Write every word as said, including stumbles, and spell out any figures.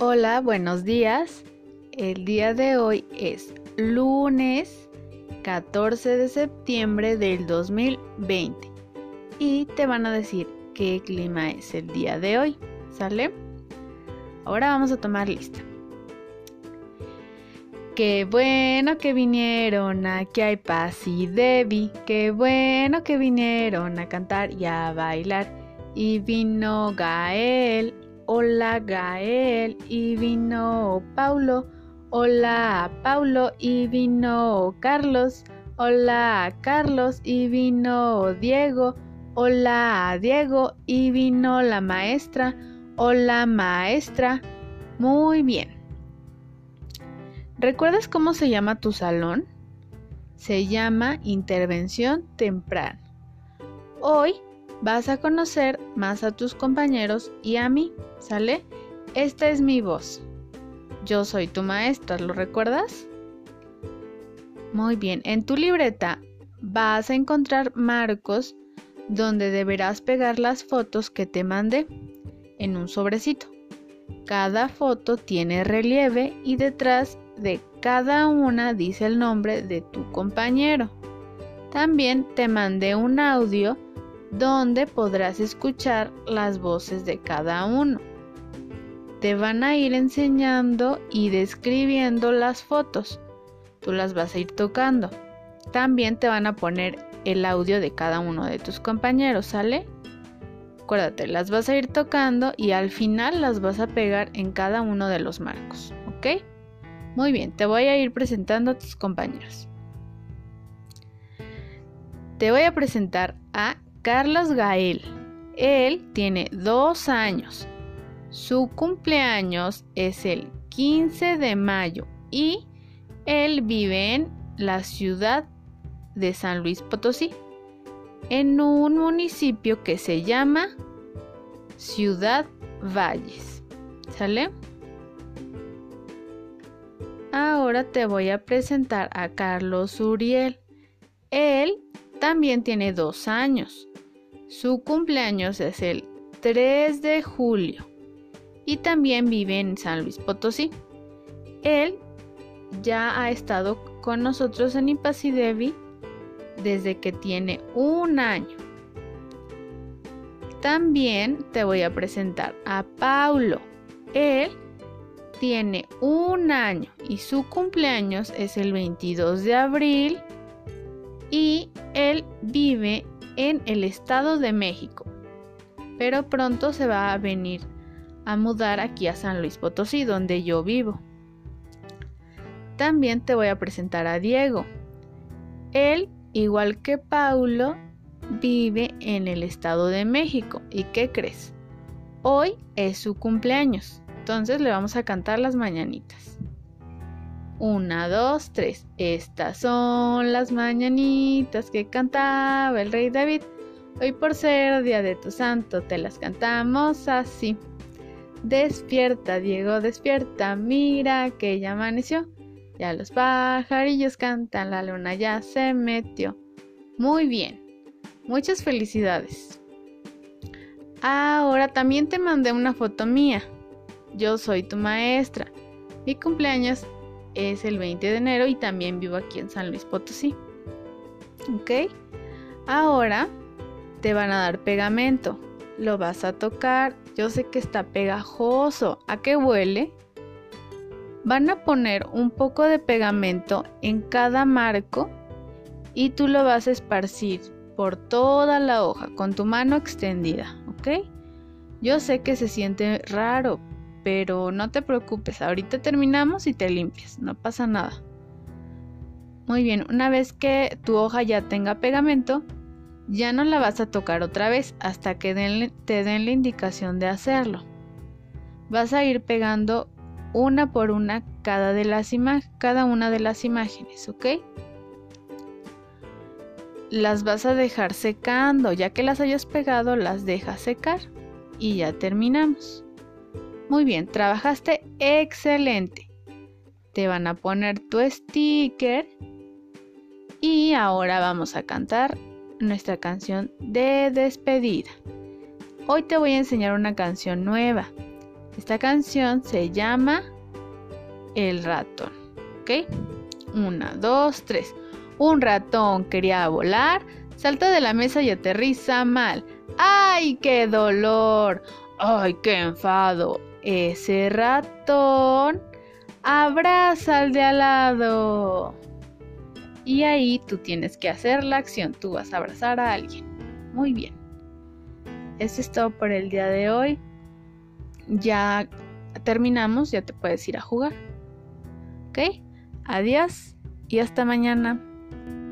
Hola, buenos días. El día de hoy es lunes catorce de septiembre del dos mil veinte y te van a decir qué clima es el día de hoy, ¿sale? Ahora vamos a tomar lista. Qué bueno que vinieron, aquí hay Paz y Debbie. Qué bueno que vinieron a cantar y a bailar. Y vino Gael, hola Gael. Y vino Paulo, hola Paulo. Y vino Carlos, hola Carlos. Y vino Diego, hola Diego. Y vino la maestra, hola maestra. Muy bien. ¿Recuerdas cómo se llama tu salón? Se llama Intervención Temprana. Hoy vas a conocer más a tus compañeros y a mí, ¿sale? Esta es mi voz. Yo soy tu maestra, ¿lo recuerdas? Muy bien, en tu libreta vas a encontrar marcos donde deberás pegar las fotos que te mandé en un sobrecito. Cada foto tiene relieve y detrás de cada una dice el nombre de tu compañero. También te mandé un audio donde podrás escuchar las voces de cada uno. Te van a ir enseñando y describiendo las fotos. Tú las vas a ir tocando. También te van a poner el audio de cada uno de tus compañeros, ¿sale? Acuérdate, las vas a ir tocando y al final las vas a pegar en cada uno de los marcos, ¿ok? Muy bien, te voy a ir presentando a tus compañeros. Te voy a presentar a Carlos Gael. Él tiene dos años. Su cumpleaños es el quince de mayo y él vive en la ciudad de San Luis Potosí, en un municipio que se llama Ciudad Valles. ¿Sale? Ahora te voy a presentar a Carlos Uriel. Él también tiene dos años. Su cumpleaños es el tres de julio y también vive en San Luis Potosí. Él ya ha estado con nosotros en Ipaz y Debbie desde que tiene un año. También te voy a presentar a Paulo. Él tiene un año y su cumpleaños es el veintidós de abril y él vive en el Estado de México, pero pronto se va a venir a mudar aquí a San Luis Potosí, donde yo vivo. También te voy a presentar a Diego. Él, igual que Paulo, vive en el Estado de México. ¿Y qué crees? Hoy es su cumpleaños. Entonces le vamos a cantar las mañanitas. Una, dos, tres. Estas son las mañanitas que cantaba el rey David. Hoy por ser día de tu santo te las cantamos así. Despierta, Diego, despierta. Mira que ya amaneció. Ya los pajarillos cantan, la luna ya se metió. Muy bien. Muchas felicidades. Ahora también te mandé una foto mía. Yo soy tu maestra. Mi cumpleaños es el veinte de enero y también vivo aquí en San Luis Potosí. ¿Ok? Ahora te van a dar pegamento. Lo vas a tocar. Yo sé que está pegajoso. ¿A qué huele? Van a poner un poco de pegamento en cada marco y tú lo vas a esparcir por toda la hoja con tu mano extendida. ¿Ok? Yo sé que se siente raro, pero no te preocupes, ahorita terminamos y te limpias, no pasa nada. Muy bien, una vez que tu hoja ya tenga pegamento, ya no la vas a tocar otra vez hasta que den, te den la indicación de hacerlo. Vas a ir pegando una por una cada, de las ima- cada una de las imágenes, ¿ok? Las vas a dejar secando, ya que las hayas pegado, las dejas secar y ya terminamos. Muy bien, trabajaste excelente. Te van a poner tu sticker y ahora vamos a cantar nuestra canción de despedida. Hoy te voy a enseñar una canción nueva. Esta canción se llama El ratón. ¿Ok? Una, dos, tres. Un ratón quería volar, salta de la mesa y aterriza mal. ¡Ay, qué dolor! ¡Ay, qué enfado! Ese ratón abraza al de al lado. Y ahí tú tienes que hacer la acción. Tú vas a abrazar a alguien. Muy bien. Eso es todo por el día de hoy. Ya terminamos, ya te puedes ir a jugar. ¿Ok? Adiós y hasta mañana.